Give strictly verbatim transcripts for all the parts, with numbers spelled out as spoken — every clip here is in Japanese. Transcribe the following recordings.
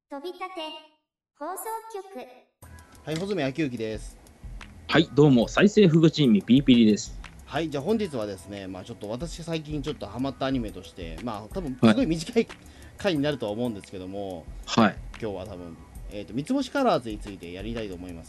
飛び立て放送局。 はい、穂積昭之です。 はい、どうも、再生ふぐチームピーピリです。 はい、じゃあ本日はですね、まあちょっと私最近ちょっとハマったアニメとして、まあ多分すごい短い回になるとは思うんですけども、 はい。 今日は多分、えっ、と、三つ星カラーズについてやりたいと思います。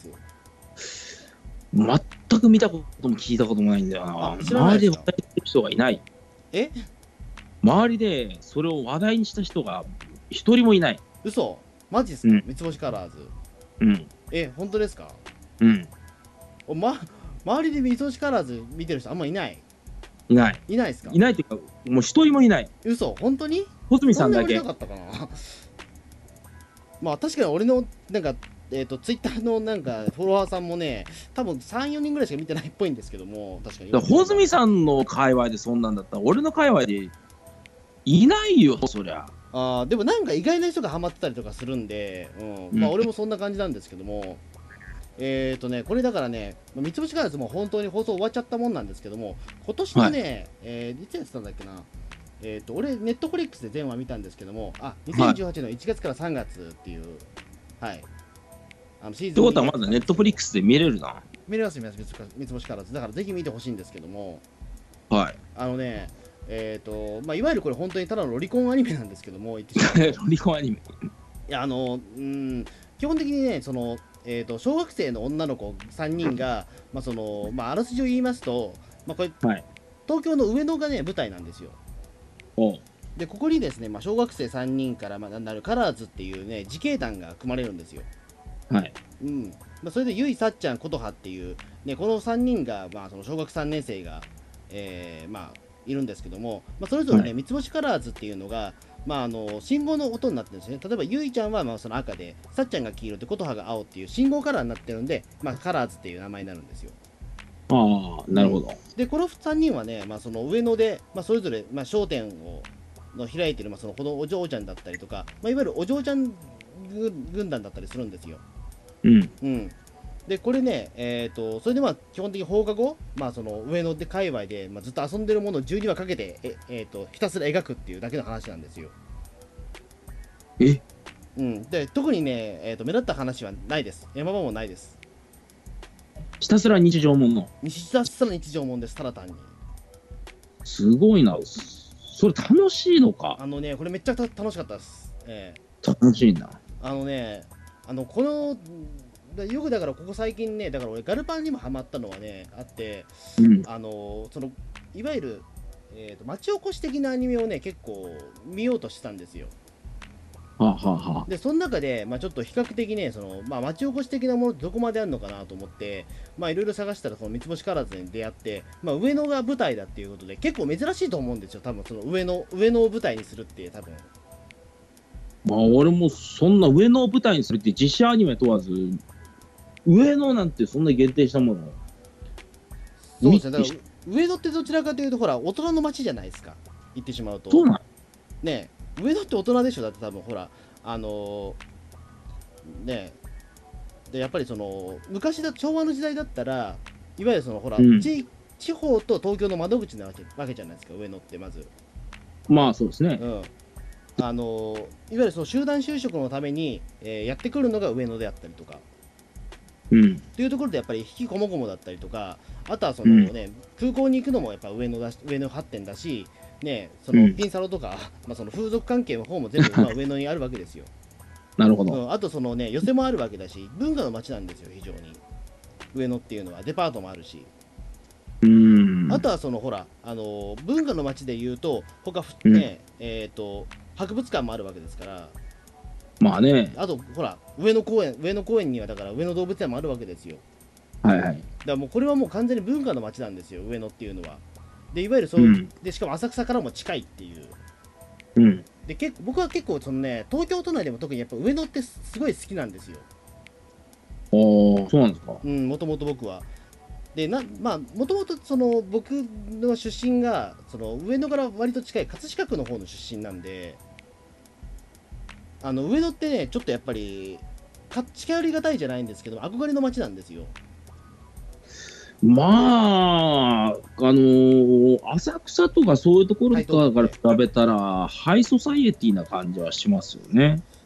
全く見たことも聞いたこともないんだよな。 あ知らない周りでかです話題してる人がいない。 え周りでそれを話題にした人が一人もいない。 嘘マジっすか、 うん三つ星カラーズ。 うん。 え、本当ですか？ うん。 おま、周りで三つ星カラーズ見てる人あんまいないいない。 いないですか？ いないっていうか、もう一人もいない。 嘘本当に穂積さんだけ。 そんなにいなかったかなまあ確かに俺のなんかえっ、とツイッターのなんかフォロワーさんもね、多分さん、よにんぐらいしか見てないっぽいんですけども、確かに。 だから穂積さんの界隈でそんなんだったら、俺の界隈でいないよ、そりゃ。 あーでもなんか意外な人がハマってたりとかするんで、うん、まあ俺もそんな感じなんですけども、えっ、とね、これだからね、三つ星カラーズも本当に放送終わっちゃったもんなんですけども、今年のね、えーいつやってたんだっけな、えっ、と、俺、ネットフリックスで全話見たんですけども、あ、にせんじゅうはちねんのいちがつからさんがつっていう、はい、あのシーズン。 ってことはまだネットフリックスで見れるな。 見れます、見れます、三つ星カラーズ。だからぜひ見てほしいんですけども、 はい。 あのね、えっ、と、まあ、いわゆるこれ本当にただのロリコンアニメなんですけども、言ってしまうとロリコンアニメ。 いや、あの、うん、基本的にね、その、えーと、小学生の女の子さんにんが、まあそのまあ、あらすじを言いますと、まあ、これ、 はい。 東京の上野がね、舞台なんですよ。 おう。 で、ここにですね、まあ、小学生さんにんから、まあ、なんだろう、カラーズっていうね、自警団が組まれるんですよ。 はい。 うん。まあ、それで、ゆいさっちゃん、ことはっていう、ね、このさんにんが、まあ、その小学さんねん生が、えー、まあ、いるんですけども、まあ、それぞれね、 はい三つ星カラーズっていうのが、まあ、あの信号の音になってるんですね。例えば、ゆいちゃんはまあその赤で、さっちゃんが黄色で、ことはが青っていう信号カラーになってるんで、まあ、カラーズっていう名前になるんですよ。 ああ、なるほど。 で、このさんにんはね、まあ、その上野で、まあ、それぞれ、まあ、商店をの開いてる、まあ、そのこのお嬢ちゃんだったりとか、まあ、いわゆるお嬢ちゃん軍団だったりするんですよ。 うん。 うん。で、これね、えっ、と、それでまあ、基本的に放課後、まあ、その上野で界隈で、まあ、ずっと遊んでるものをじゅうにわかけて、え、えーと、ひたすら描くっていうだけの話なんですよ。 えうん。で、特にね、えーと、目立った話はないです。山場もないです。 ひたすら日常もの。 ひたすら日常もんです、ただ単に。 すごいな。それ楽しいのか。 あのね、これめっちゃ楽しかったです。え楽しいな。 ーあのね、あの、この、だよくだからここ最近ね、だから俺ガルパンにもハマったのはね、あって、 うん。 あのそのいわゆる、えーと町おこし的なアニメをね結構見ようとしたんですよ。 はあ、はあはあ、 でその中で、まあ、ちょっと比較的ねその、まあ、町おこし的なものってどこまであるのかなと思ってまあいろいろ探したらその三つ星カラーズに出会って、まあ、上野が舞台だっていうことで結構珍しいと思うんですよ。多分その上野上野を舞台にするって多分。 まあ俺もそんな上野を舞台にするって実写アニメ問わず上野なんてそんな限定したものそうですね。だから上野ってどちらかというとほら大人の街じゃないですか、言ってしまうと。 そうなんねえ上野って大人でしょ。だって多分ほらあのーねえでやっぱりその昔だ昭和の時代だったらいわゆるそのほら、 うん地地方と東京の窓口なわけわけじゃないですか、上野ってまず。 まあそうですね。 うんあのーいわゆるその集団就職のために、えーやってくるのが上野であったりとかうんというところでやっぱり引きこもごもだったりとか、あとはそのね、うん、空港に行くのもやっぱ上野だし上野発展だし、ね、そのピンサロとか、うん、まあその風俗関係の方も全部まあ上野にあるわけですよ。 なるほど、 うん、あとそのね寄せもあるわけだし文化の街なんですよ非常に。上野っていうのはデパートもあるし、 うんあとはそのほらあの文化の街でいうと他ね、うん、えっ、ー、と博物館もあるわけですから。 まあね。 あとほら上野公園上野公園にはだから上野動物園もあるわけですよ。 はいはい。だからもうこれはもう完全に文化の街なんですよ上野っていうのは。でいわゆるそう、うん、でしかも浅草からも近いっていう。 うん。 で結構僕は結構そのね東京都内でも特にやっぱ上野ってすごい好きなんですよ。 ああそうなんですか。 うんもともと僕は。でなまあもともとその僕の出身がその上野から割と近い葛飾区の方の出身なんで。あの上野ってねちょっとやっぱり近寄りがたいじゃないんですけど憧れの街なんですよ。 まああのー、浅草とかそういうところとかから比べたらハイソサイエティな感じはしますよね。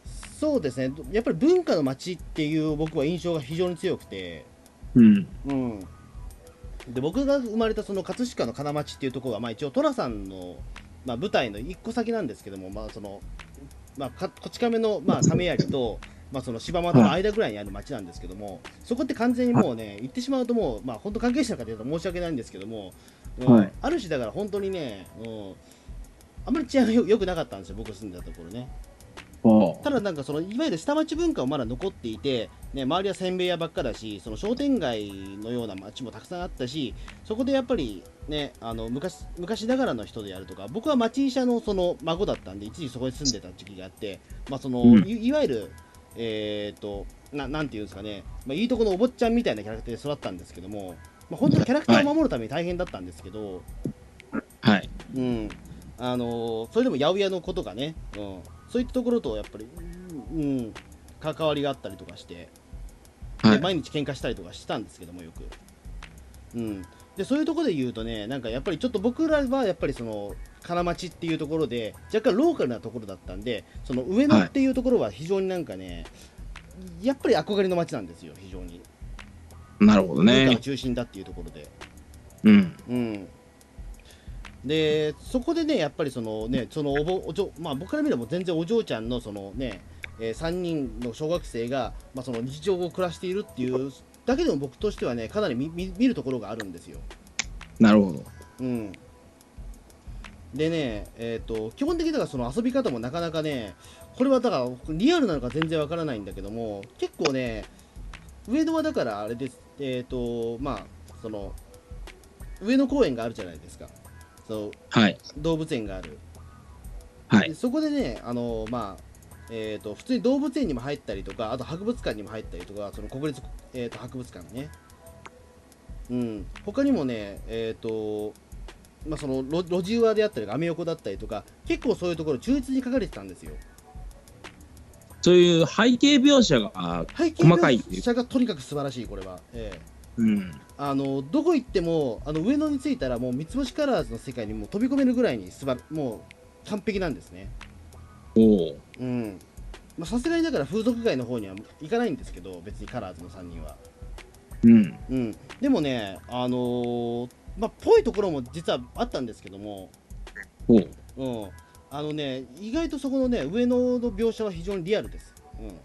そうですね、やっぱり文化の街っていう僕は印象が非常に強くて、 うん。 うん、で僕が生まれたその葛飾の金町っていうところは、まあ、一応寅さんの、まあ、舞台の一個先なんですけども、まあそのまあ、かこち亀の、まあ、亀有と、まあ、その柴又の間ぐらいにある町なんですけども、そこって完全にもうね、言ってしまうともう、まあ、本当関係者の方に言うと申し訳ないんですけども、うん、 はいある種だから本当にね、うん、あんまり治安がよ良くなかったんですよ、僕住んでたところね。 ああ。 ただなんかそのいわゆる下町文化はまだ残っていて、ね、周りはせんべい屋ばっかだし、その商店街のような町もたくさんあったし、そこでやっぱりね、あの昔昔ながらの人でやるとか、僕は町医者のその孫だったんで一時そこに住んでた時期があって、まあそのうんいいわゆるえっ、とななんていうんですかね、まあ、いいとこのお坊ちゃんみたいなキャラクターで育ったんですけども、まあ、本当にキャラクターを守るために大変だったんですけど、 はい。 うんあのそれでも八百屋のことがね、うん、そういったところとやっぱり、うん、関わりがあったりとかして、 はい。 で毎日喧嘩したりとかしてたんですけども、よく、うん、でそういうところで言うとね、なんかやっぱりちょっと僕らはやっぱりその金町っていうところで若干ローカルなところだったんで、その上野っていうところは非常になんかね、やっぱり憧れの町なんですよ、非常になるほど文化のね。 中心だっていうところで。 うん。 うんでそこでね、やっぱりそのね、そのおぼお嬢、まあ、僕から見れば全然お嬢ちゃんのそのね、えーさんにんの小学生が、まあ、その日常を暮らしているっていうだけでも僕としてはね、かなり見見見るところがあるんですよ。 なるほど。 うん、でね、えーと、基本的にだからその遊び方もなかなかね、これはだからリアルなのか全然わからないんだけども、結構ね、上野はだからあれです、えーと、まあ、その上野公園があるじゃないですか。そうはい。 動物園がある。 はい。 でそこでね、あのまあえー、と普通に動物園にも入ったりとか、あと博物館にも入ったりとか、その国立、えー、と博物館ね、うん、他にもね、えーとまあ、その路路地裏であったり、アメ横だったりとか、結構そういうところ、忠実に書かれてたんですよ。 そういう背景描写が背景細かいっていう。 描写がとにかく素晴らしい、これは。えーうん。 あのどこ行っても、あの上野に着いたら、もう三つ星カラーズの世界にもう飛び込めるぐらいにすばもう完璧なんですね。 おお。 うんまあさすがにだから風俗街の方には行かないんですけど、別にカラーズのさんにんは。 うん。 うん、でもね、あのー、まあ、ぽいところも実はあったんですけども、 おう。 うん、あのね、意外とそこのね、上野の描写は非常にリアルです。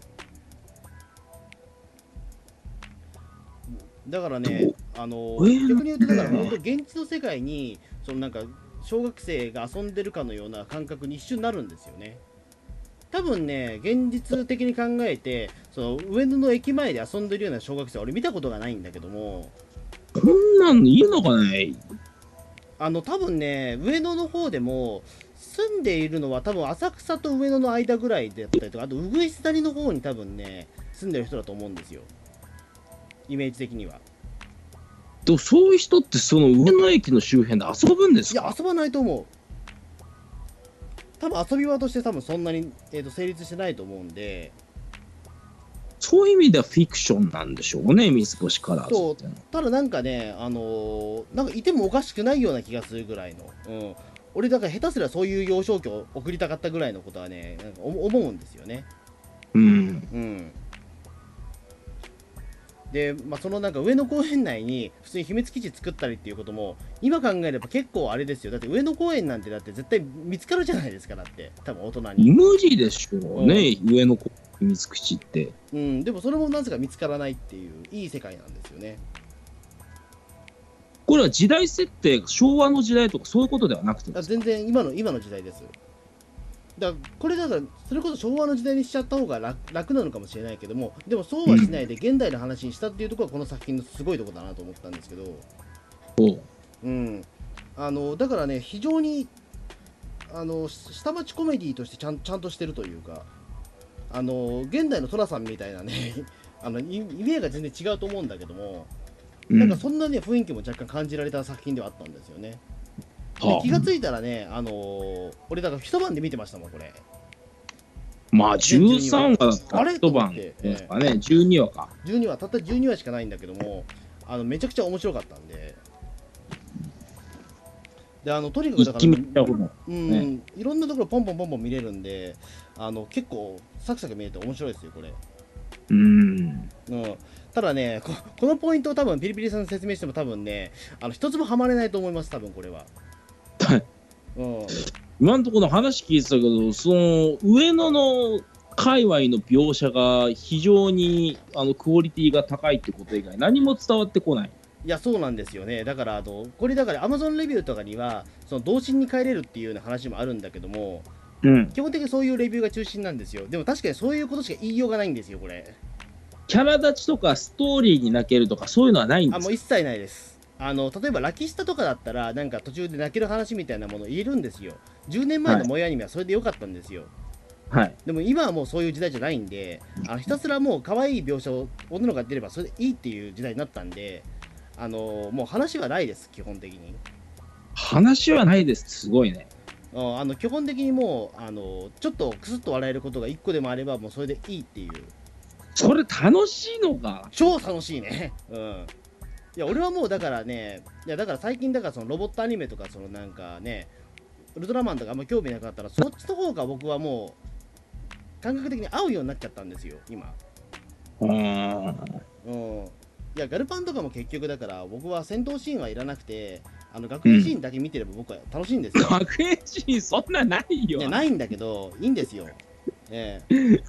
うん、だからね、あのー、逆に言うと、だから本当、現実の世界に、そのなんか、小学生が遊んでるかのような感覚に一瞬なるんですよね。多分ね、現実的に考えて、その上野の駅前で遊んでるような小学生は俺見たことがないんだけども、 こんなんいるのかね。 あの多分ね、上野の方でも住んでいるのは多分浅草と上野の間ぐらいであったりとか、あとうぐいす谷の方に多分ね、住んでる人だと思うんですよ、イメージ的には。 でもそういう人ってその上野駅の周辺で遊ぶんですか？ いや、遊ばないと思う。多分遊び場として多分そんなに、えー、と成立してないと思うんで。 そういう意味ではフィクションなんでしょうね、三つ星カラーズそうってのは。 ただなんかね、あのーなんかいてもおかしくないような気がするぐらいの、うん、俺だから下手すりゃそういう幼少期を送りたかったぐらいのことはね、なんか思思うんですよね。 うん。 うんで、まあ、そのなんか上野公園内に普通に秘密基地作ったりっていうことも今考えれば結構あれですよ。だって上野公園なんてだって絶対見つかるじゃないですか。だって多分大人に、 無理でしょうね、上野秘密基地って。 うん、でもそれもなぜか見つからないっていういい世界なんですよね。 これは時代設定が昭和の時代とかそういうことではなくてですか？ 全然今の今の時代です。だからこれだからそれこそ昭和の時代にしちゃった方が 楽, 楽なのかもしれないけども、でもそうはしないで現代の話にしたっていうところがこの作品のすごいところだなと思ったんですけど、 おう。 うん、あのだからね、非常にあの下町コメディとしてちゃんちゃんとしてるというか、あの現代の寅さんみたいなねあの意味合いが全然違うと思うんだけども、なんかそんなね雰囲気も若干感じられた作品ではあったんですよね。で気がついたらね、あのー、俺だから一晩で見てましたもん、これ。 まあじゅうさんわだったあれら一晩ですかね、じゅうにわか。 じゅうにわ、たったじゅうにわしかないんだけども、あのめちゃくちゃ面白かったんで、であのとにかくだから、 一気見たことうん、いろんなところポンポンポンポン見れるんで、 あの結構サクサク見えて面白いですよこれ。 うーん。 うん、ただねこ、このポイントを多分ピリピリさんに説明しても多分ね、あの一つもハマれないと思います、多分これは。うん、 今のところ話聞いてたけど、その上野の界隈の描写が非常にあのクオリティが高いってこと以外何も伝わってこない。 いや、そうなんですよね。だからあのこれだから Amazon レビューとかにはその童心に帰れるっていうような話もあるんだけども、 うん。 基本的にそういうレビューが中心なんですよ。でも確かにそういうことしか言いようがないんですよこれ。 キャラ立ちとかストーリーに泣けるとかそういうのはないんであ、 すか？ もう一切ないです。あの例えばラキスタとかだったらなんか途中で泣ける話みたいなものを言えるんですよ。じゅうねんまえの萌えアニメはそれでよかったんですよ。 はい。 でも今はもうそういう時代じゃないんで、あのひたすらもう可愛い描写を女の子が出ればそれでいいっていう時代になったんで、あのもう話はないです、基本的に。 話はないです。すごいね。 あの基本的にもうあのちょっとクスッと笑えることがいっこでもあればもうそれでいいっていう。 それ楽しいのか？ 超楽しいね。うん。いや俺はもうだからね、いやだから最近だからそのロボットアニメとかそのなんかね、ウルトラマンとかあんま興味なかったらそっちの方が僕はもう感覚的に合うようになっちゃったんですよ今。 うーん。 うん。いやガルパンとかも結局だから僕は戦闘シーンはいらなくて、あの学園シーンだけ見てれば僕は楽しいんですよ。 学園シーンそんなないよ。 いやないんだけどいいんですよ。ええ。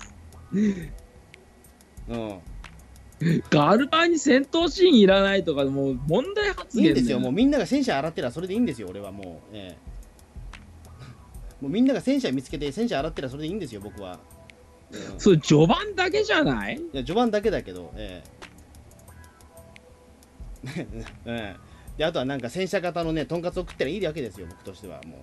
うん。 ガルパンに戦闘シーンいらないとかもう問題発言いいんですよ。もうみんなが戦車洗ってらそれでいいんですよ俺はもう。ええ。もうみんなが戦車見つけて戦車洗ってらそれでいいんですよ僕は。うん、 それ序盤だけじゃない？ いや序盤だけだけど、ええ。ええ。であとはなんか戦車型のねとんかつを食ったらいいわけですよ僕としてはも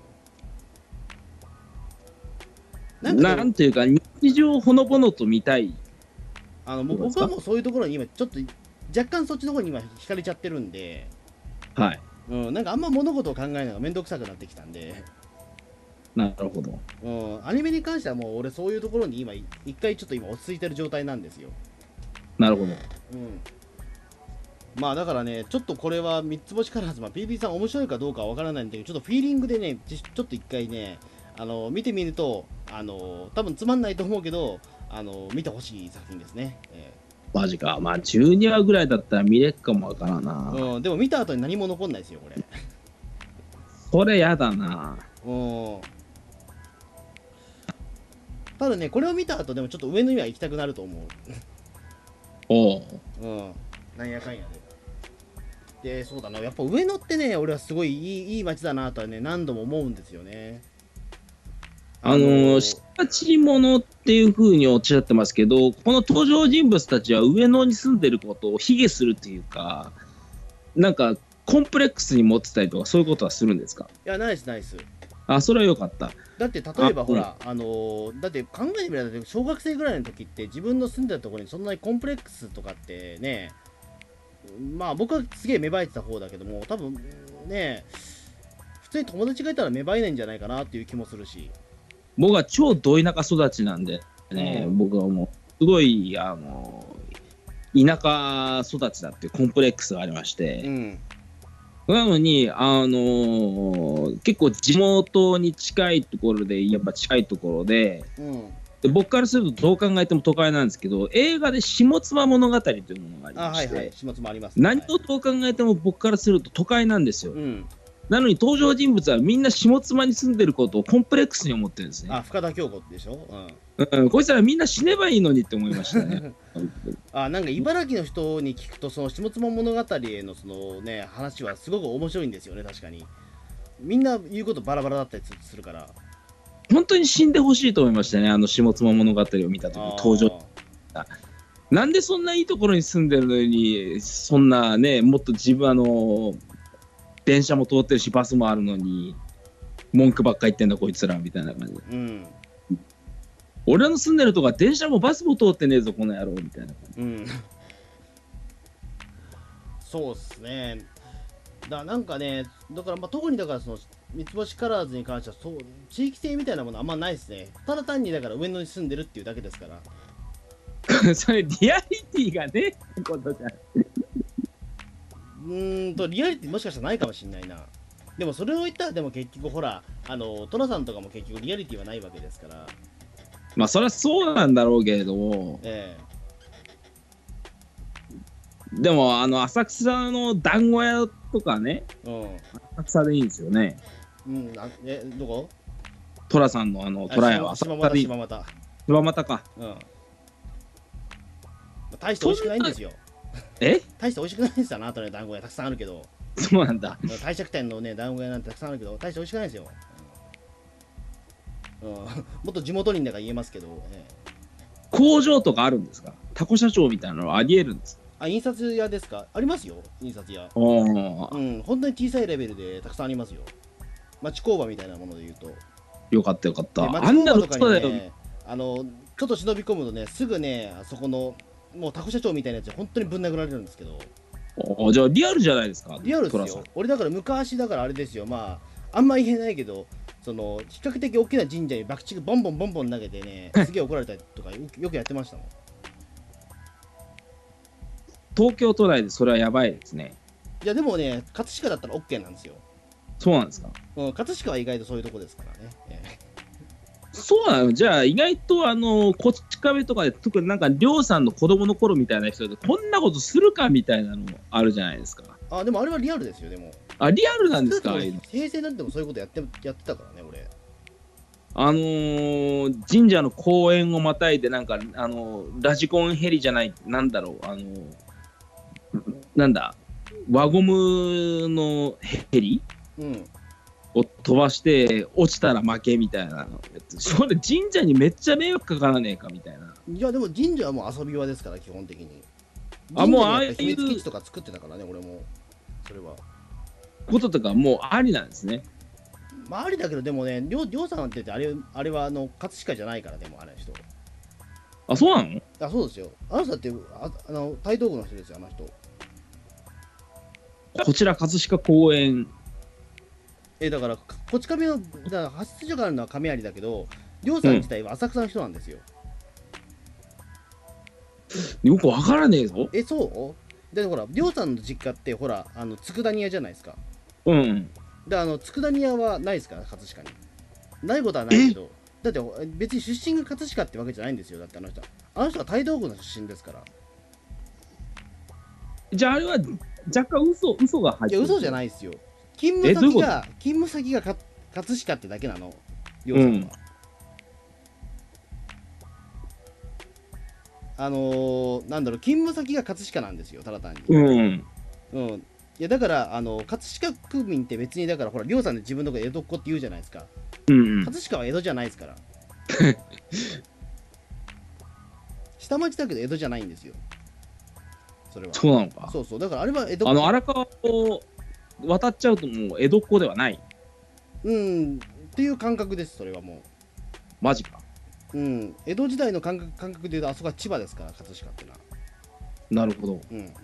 う。なんかなんていうか日常ほのぼのと見たい。 あのもう僕はもうそういうところに今ちょっと若干そっちの方に今惹かれちゃってるんで、 はい。 うん、なんかあんま物事を考えるのがめんどくさくなってきたんで、 なるほど。 うん、アニメに関してはもう俺そういうところに今一回ちょっと今落ち着いてる状態なんですよ。 なるほど。 うん。まあだからね、ちょっとこれは三つ星カラーズ、まあ、ピーピー さん面白いかどうかわからないんだけど、ちょっとフィーリングでね、ちちょっと一回ね、あの見てみると、あの多分つまんないと思うけど、あの見てほしい作品ですね。えマジか。まあじゅうにわぐらいだったら見れっかもわからんな。 ーうん、でも見た後に何も残んないですよ、これ。 それやだな。 うん。ただね、これを見た後でもちょっと上野には行きたくなると思う。 おう。 うん。なんやかんやで。で、そうだな、やっぱ上野ってね、俺はすごいいいいい街だなとはね、何度も思うんですよね。 あのー、下地者っていうふうにおっしゃってますけど、この登場人物たちは上野に住んでることを卑下するっていうか、なんかコンプレックスに持ってたりとか、そういうことはするんですか？ いや、ナイスナイス。 あ、それはよかった。 だって例えばほら、あのーだって考えてみれば、小学生ぐらいの時って自分の住んでたところにそんなにコンプレックスとかってね、まあ僕はすげえ芽生えてた方だけども、多分ね、普通に友達がいたら芽生えないんじゃないかなっていう気もするし。 僕は超ど田舎育ちなんでね、 うん、 僕はもうすごいあの田舎育ちだっていうコンプレックスがありまして、 うん、 なのに、あのー結構地元に近いところでやっぱ近いところで、 うん、 で僕からするとどう考えても都会なんですけど、映画で下妻物語というものがありあ、 まして、 はいはい、始末もあります、ね。 何をどう考えても僕からすると都会なんですよ。 うん、 なのに登場人物はみんな下妻に住んでることをコンプレックスに思ってるんですね。 あ、深田恭子でしょ。 うん、こいつらみんな死ねばいいのにって思いましたね。 うん、あ、なんか茨城の人に聞くとその下妻物語へのそのね話はすごく面白いんですよね。確かにみんな言うことバラバラだったりするから、 本当に死んでほしいと思いましたね、あの下妻物語を見た時に登場。なんでそんないいところに住んでるのに、そんなね、もっと自分あの電車も通ってるしバスもあるのに文句ばっか言ってんだこいつらみたいな感じで、 うん、 俺の住んでるとこは電車もバスも通ってねえぞこの野郎みたいな感じ、 うん、そうっすね。だなんかね、だからまあ特にだからその三つ星カラーズに関してはそう地域性みたいなものあんまないですね。ただ単にだから上野に住んでるっていうだけですから。 それリアリティがねってことじゃん。 うーんとリアリティもしかしたらないかもしれないな。でもそれを言ったらでも結局ほらあのトラさんとかも結局リアリティはないわけですから。 まあそれはそうなんだろうけれども、 えでもあの浅草の団子屋とかね、 え浅草でいいんですよね。 うんうんあえどこ寅さんのあの虎屋はあ島又浅草でいい。 島又柴又か。 うん大して美味しくないんですよ。 え大して美味しくないんですよ、あなたの団子屋たくさんあるけど。 そうなんだ。 帝釈天のね、団子屋なんてたくさんあるけど、大して美味しくないですよ。うんうん、もっと地元民だから言えますけど、ええ工場とかあるんですか？タコ社長みたいなのはありえるんですか？ あ、印刷屋ですか？ありますよ、印刷屋。 おー、 うん、本当に小さいレベルでたくさんありますよ。町工場みたいなもので言うと。 よかったよかっで、 た。あ町んなの工場とかそうだよ。 にね、あの、ちょっと忍び込むとね、すぐね、あそこの、もうタコ社長みたいなやつ、本当にぶん殴られるんですけど、 おー、じゃあリアルじゃないですか。 リアルです寅さんよ。俺だから昔だからあれですよ、まあ、あんま言えないけど、その比較的大きな神社に爆竹ボンボンボンボン投げてね、すげえ怒られたりとかよくよくやってましたもん。 東京都内でそれはやばいですね。 いやでもね、葛飾だったら OK なんですよ。 そうなんですか。 うん、葛飾は意外とそういうとこですからね。えそうなの。じゃあ意外とあのこち亀とかで特になんかりょうさんの子供の頃みたいな人でこんなことするかみたいなのもあるじゃないですか。 えあ、でもあれはリアルですよ、でも。 あ、リアルなんですか。 だって俺平成なんてもそういうことやってやってたからね、俺。 あのー、神社の公園をまたいでなんかあのーラジコンヘリじゃないなんだろうあのーなんだ輪ゴムのヘリうん。 を飛ばして落ちたら負けみたいなやつ。それ神社にめっちゃ迷惑かからねえかみたいな。 いやでも神社はもう遊び場ですから、基本的に。 あもうああいう神社にやっぱ秘密基地とか作ってたからね、俺も。それは。 こととかもうありなんですね。 まあありだけど、でもね、りょうりょうさんって言ってあれ、あれはあの葛飾じゃないから、でもあれ人。 あ、そうなの？ あ、そうですよ。あの人だって、ああの台東区の人ですよ、あの人。 こちら葛飾公園。 え、だから、こち亀の、だから発出所があるのは亀有だけど、りょうさん自体は浅草の人なんですよ。 よくわからねえぞ。 え、そうで、ほら、りょうさんの実家って、ほら、あの、佃煮屋じゃないですか。 うん。 で、あの、佃煮屋はないですから、葛飾に。ないことはないけど、だって別に出身が葛飾ってわけじゃないんですよ、だってあの人は。あの人は台東区の出身ですから。 じゃああれは若干嘘嘘が入ってる。 いや、嘘じゃないですよ。勤務えどういうこと先が、勤務先がか葛飾ってだけなの、りょうさんは。 うんあのー、なんだろう、勤務先が葛飾なんですよ、ただ単に。 うん。 うん。いや、だから、あの、葛飾区民って別に、だから、ほら、りょうさんで自分のとこ江戸っ子って言うじゃないですか。 うん。 葛飾は江戸じゃないですから。下町だけど江戸じゃないんですよ。それは。 そうなのか。 そうそう。だから、あれは江戸っあの荒川を渡っちゃうともう江戸っ子ではない。 うん。っていう感覚です、それはもマジか。 う。うん。江戸時代の感覚感覚で言うと、あそこは千葉ですから、葛飾ってのは。 なるほど。 うん。い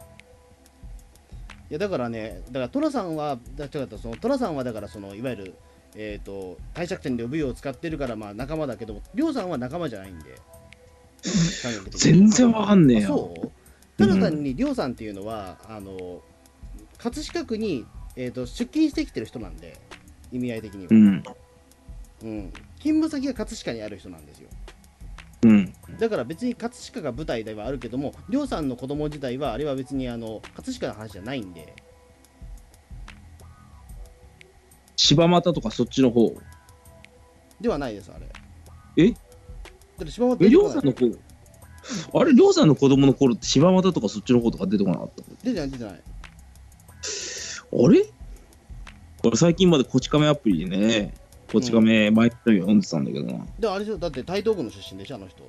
やだからね、だから寅さんは、だ違ったその寅さんはだからそのいわゆるえっ、と帝釈天で武勇を使ってるからまあ仲間だけど、りょうさんは仲間じゃないんで。感覚的に全然わかんねえあよ。 そうただ単にりょうさんっていうのは、あの葛飾区に、えー、と出勤してきてる人なんで、意味合い的には、 うん。 うん、勤務先が葛飾にある人なんですよ。 うん。 だから別に葛飾が舞台ではあるけども、りょうさんの子供自体はあれは別にあの葛飾の話じゃないんで。 柴又とかそっちの方。 ではないです、あれ。 えだって柴又え、り出てこないょうさんの子。あれ、りょうさんの子供の頃って柴又とかそっちの方とか出てこなかった？ 出てない、出てない。 あれ俺最近までこち亀アプリでね、こち亀毎日のように読んでたんだけどな。 で、あれでしょ、だって台東区の出身でしょ、あの人。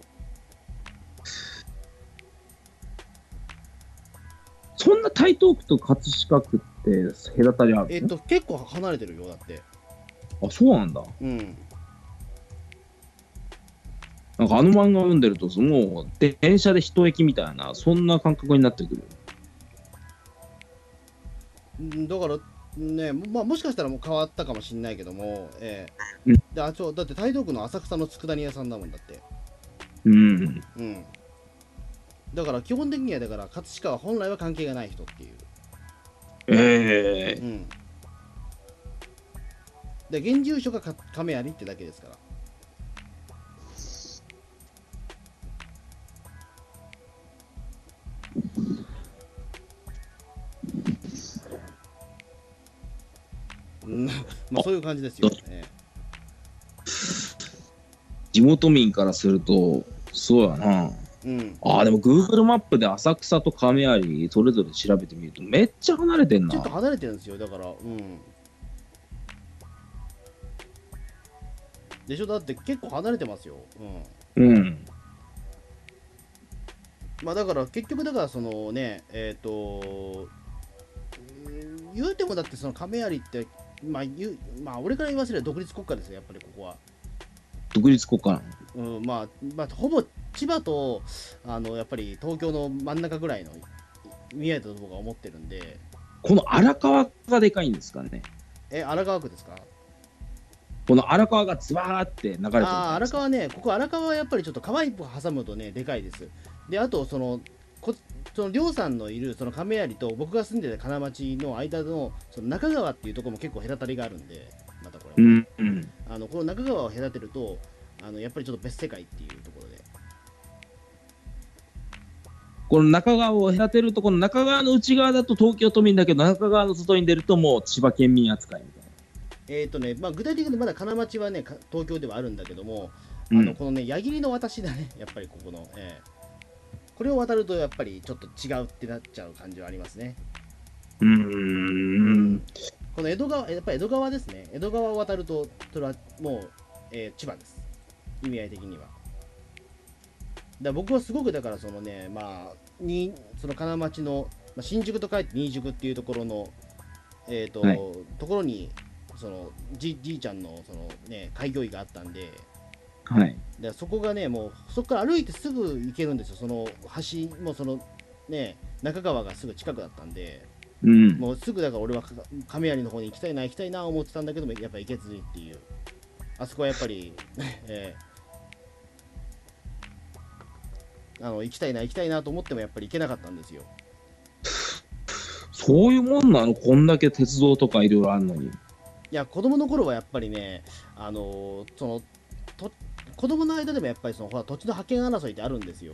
そんな台東区と葛飾区って隔たりあるの？ えっと、結構離れてるよ、だって。 あ、そうなんだ。 うん。 なんかあの漫画を読んでると、もう電車で一駅みたいな、そんな感覚になってくる。 うんだからね、まあ、もしかしたらもう変わったかもしれないけども、ええうんであちょだって台東区の浅草の佃煮屋さんだもんだって。 うん。 うん。だから基本的には、だから葛飾は本来は関係がない人っていう。 ええうん。で、現住所がか亀有ってだけですから。 うんまあそういう感じですよ、え地元民からすると、そうやな。 えうんああ、でも Google マップで浅草と亀有それぞれ調べてみるとめっちゃ離れてんな。 ちょっと離れてるんですよ、だからうんでしょ、だって結構離れてますよ、うんうん。 まあだから結局だからそのねえっ、とうん言うてもだってその亀有ってまあ言うまあ俺から言わせれば独立国家ですよやっぱりここは、 独立国家なの。 うん、まあまあほぼ千葉とあのやっぱり東京の真ん中ぐらいの意味合いだと僕は思ってるんで。 この荒川がでかいんですかね。 え荒川区ですか？ この荒川がズバーって流れてるんじゃああないですか。 荒川ね、ここ荒川はやっぱりちょっと川一歩挟むとねでかいです。であとそのこその亮さんのいるその亀有と僕が住んでた金町の間のその中川っていうところも結構隔たりがあるんで、またこれは、 うんうん。 あのこの中川を隔てるとあのやっぱりちょっと別世界っていうところで。 この中川を隔てると、この中川の内側だと東京都民だけど、中川の外に出るともう千葉県民扱いみたいな。 えーとねまあ、具体的にまだ金町はねか東京ではあるんだけども、 うんあのこのね矢切の渡しだねやっぱりここの、えーこれを渡るとやっぱりちょっと違うってなっちゃう感じはありますね。 うーん。 この江戸川やっぱり江戸川ですね、江戸川を渡るとそれはもう、えー千葉です、意味合い的には。だから僕はすごくだからそのねまあにその金町の、まあ、新宿と書いて新宿っていうところのえっ、と、 はいところにそのじじいちゃんのそのね開業医があったんで、 はい。 でそこがねもうそこから歩いてすぐ行けるんですよ、その橋もそのね中川がすぐ近くだったんで、 うん。 もうすぐだから俺はか亀有の方に行きたいな行きたいな思ってたんだけどもやっぱ行けずにっていう、あそこはやっぱり、えーあの行きたいな行きたいなと思ってもやっぱり行けなかったんですよ。 そういうもんなの、こんだけ鉄道とかいろいろあるのに。 いや子供の頃はやっぱりねあのーそのと子供の間でもやっぱりそのほら土地の覇権争いってあるんですよ。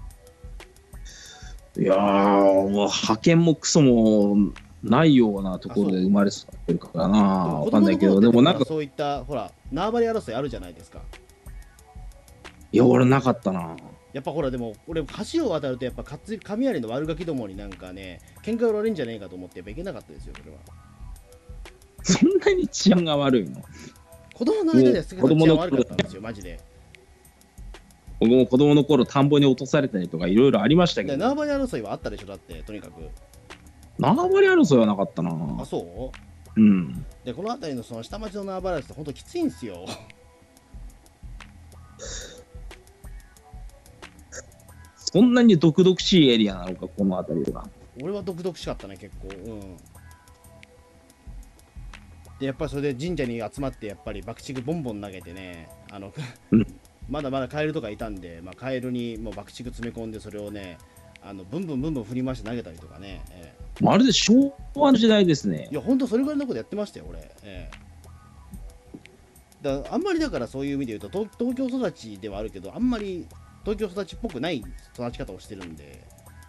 いやー、もう派遣もクソもないようなところで生まれ育ってるからな。わかんないけど、でもなんか、 そういったほら縄張り争いあるじゃないですか。 いや、俺なかったな。 やっぱほらでも俺橋を渡るとやっぱかつ雷の悪ガキどもになんかね喧嘩売られるんじゃねえかと思ってやっぱいけなかったですよそれは。 そんなに治安が悪いの？ 子供の間ではすごい治安悪かったんですよマジで。 僕も子供の頃田んぼに落とされたりとかいろいろありましたけど、 で縄張り争いはあったでしょだってとにかく。 縄張り争いはなかったな。 あそううん。 でこの辺りのその下町の縄張り争いってほんときついんですよ。 そんなに毒々しいエリアなのか、この辺りは。 俺は毒々しかったね結構。うんでやっぱりそれで神社に集まってやっぱり爆竹ボンボン投げてねあの、 うん、 まだまだカエルとかいたんで、まあ、カエルにもう爆竹詰め込んでそれをねあのブンブンブンブン振り回して投げたりとかね、えまるで昭和の時代ですねー。いやほんとそれぐらいのことやってましたよ俺、えー、だからあんまりだからそういう意味で言うと 東, 東京育ちではあるけどあんまり東京育ちっぽくない育ち方をしてるんで。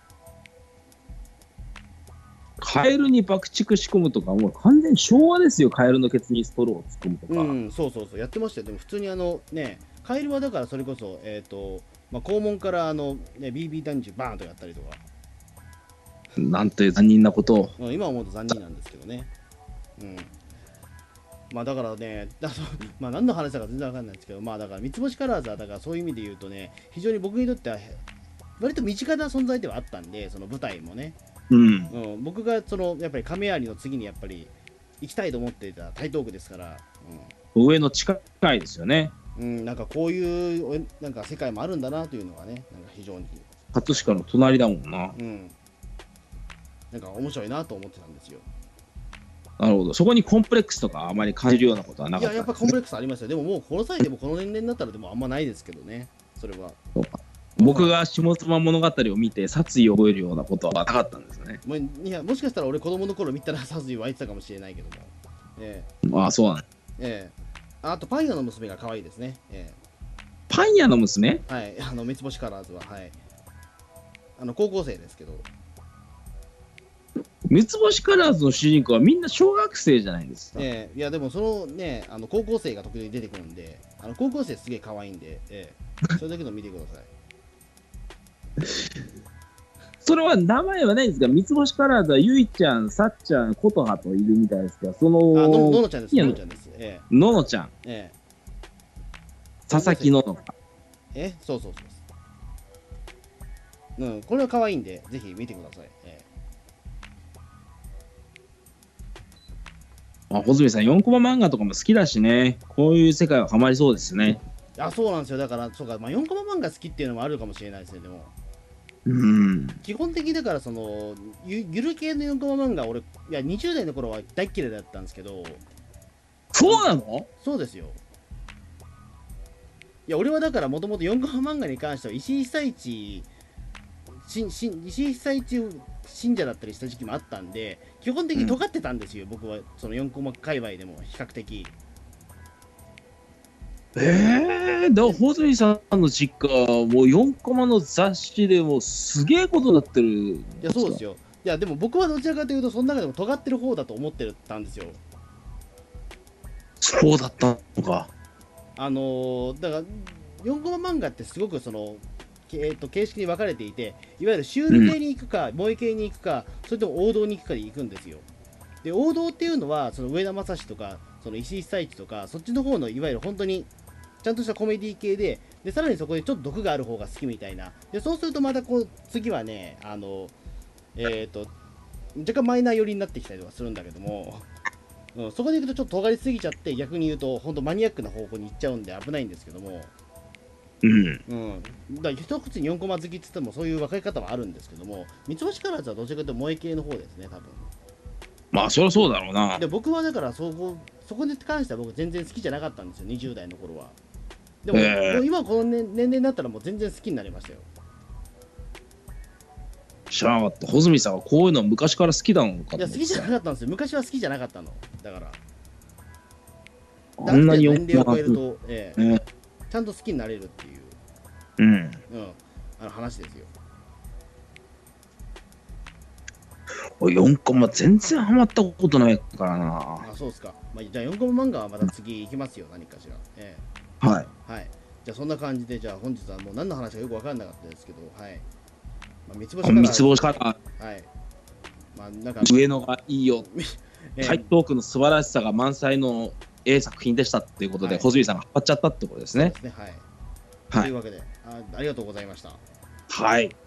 カエルに爆竹仕込むとか、もう完全に昭和ですよ、カエルのケツにストローを突っ込むとか。 うん、そうそうそう、やってましたよ。でも普通にあのね、カエルはだからそれこそ、えっ、と、まあ、肛門からあの、ね、ビービー 弾銃バーンとやったりとか、 なんて残忍なことを。 うん、今思うと残忍なんですけどね。うん。まあだからね、だそうまあ何の話だか全然わかんないんですけど、まあだから三つ星カラーズはだからそういう意味で言うとね、非常に僕にとっては割と身近な存在ではあったんで、その舞台もね。 うん。 うん、僕がそのやっぱり亀有の次にやっぱり行きたいと思っていた台東区ですから、 上の近いですよね。 うん、うん、なんかこういうなんか世界もあるんだなというのがね、なんか非常に、 葛飾の隣だもんな。 うん、なんか面白いなと思ってたんですよ。 なるほど。そこにコンプレックスとかあまり感じるようなことはなかった。 いや、やっぱコンプレックスありますよ。でももうこの際でもこの年齢になったらでもあんまないですけどね、それは。 そうか。僕が下妻物語を見て殺意を覚えるようなことはなかったんですね。 もういやもしかしたら俺子供の頃見たら殺意湧いてたかもしれないけども。えああ、そうなんだ。 えええあとパン屋の娘が可愛いですね。えパン屋の娘？ えはい、あの三つ星カラーズは、はい。あの高校生ですけど。 三つ星カラーズの主人公はみんな小学生じゃないですか。 ええ、いやでもそのね、あの高校生が時々出てくるんで、あの高校生すげえ可愛いんで、ええ、それだけの見てください。 それは名前はないんですが、三つ星カラーズはゆいちゃん、さっちゃん、ことはといるみたいですが、その、 あ、のののちゃんです、 いやののちゃんです。えののちゃん、 え、え佐々木ののか。 え、え、そうそうそう。うん、これは可愛いんで、ぜひ見てください。えあ、穂積さん、よんコマ漫画とかも好きだしね、こういう世界はハマりそうですね。 え、あ、そうなんですよ。だから、そうか、まあ、よんコマ漫画好きっていうのもあるかもしれないですね、でも。 うん。 基本的にだから、その、ゆゆる系のよんコマ漫画、俺、いや、にじゅう代の頃は大っ嫌いだったんですけど、 そうなの？ そうですよ。いや、俺はだからもともとよんコマ漫画に関しては石井久一しし石井久一信者だったりした時期もあったんで、基本的に尖ってたんですよ、うん、僕はそのよんコマ界隈でも比較的。 ええー、だから穂積さんの実家もうよんコマの雑誌でもうすげえことになってる。いや、そうですよ。いや、でも僕はどちらかというとその中でも尖ってる方だと思ってたんですよ。 そうだったのか。 あのー、だからよんコマ漫画ってすごくその、えー、と形式に分かれていて、いわゆるシュール系に行くか、萌え系に行くか、それとも王道に行くかで行くんですよ。で、王道っていうのはその上田正史とかその石井久一とかそっちの方のいわゆる本当にちゃんとしたコメディ系で、でさらにそこでちょっと毒がある方が好きみたいな。でそうするとまたこう次はね、あのえっ、ー、と若干マイナー寄りになってきたりとかするんだけども、うん、そこでいくとちょっと尖りすぎちゃって、逆に言うと本当マニアックな方向に行っちゃうんで危ないんですけども、 うん、 うん、だから一口によんコマ好きって言ってもそういう分かり方はあるんですけども、三つ星カラーズはどちらかというと萌え系の方ですね、多分。 まあそりゃそうだろうな。 で僕はだからそこそこに関しては僕全然好きじゃなかったんですよ、にじゅう代の頃は。でも、えー、もう今この年年齢になったらもう全然好きになりましたよ。 知らなかった。穂積さんはこういうの昔から好きなのかと。 いや、好きじゃなかったんですよ。昔は好きじゃなかったの。だから。 あんなに年齢を超えると、えーえー、ちゃんと好きになれるっていう、 うん、うん、 あの話ですよ。 よんコマ全然ハマったことないからな。 あ、そうですか。まあ、じゃあよんコマ漫画はまた次行きますよ、何かしら。えー、はい。 はい。じゃあそんな感じで、じゃあ本日はもう何の話かよく分からなかったですけど、はい。まあ、三つ星から。 三つ星から。 はい。まあ、なんか上野がいいよ。台東区の素晴らしさが満載の A 作品でしたっていうことで、はい、穂積さんがハマっちゃったってことですね。 そうですね、はい。 はい、 というわけであ、ありがとうございました。 はい。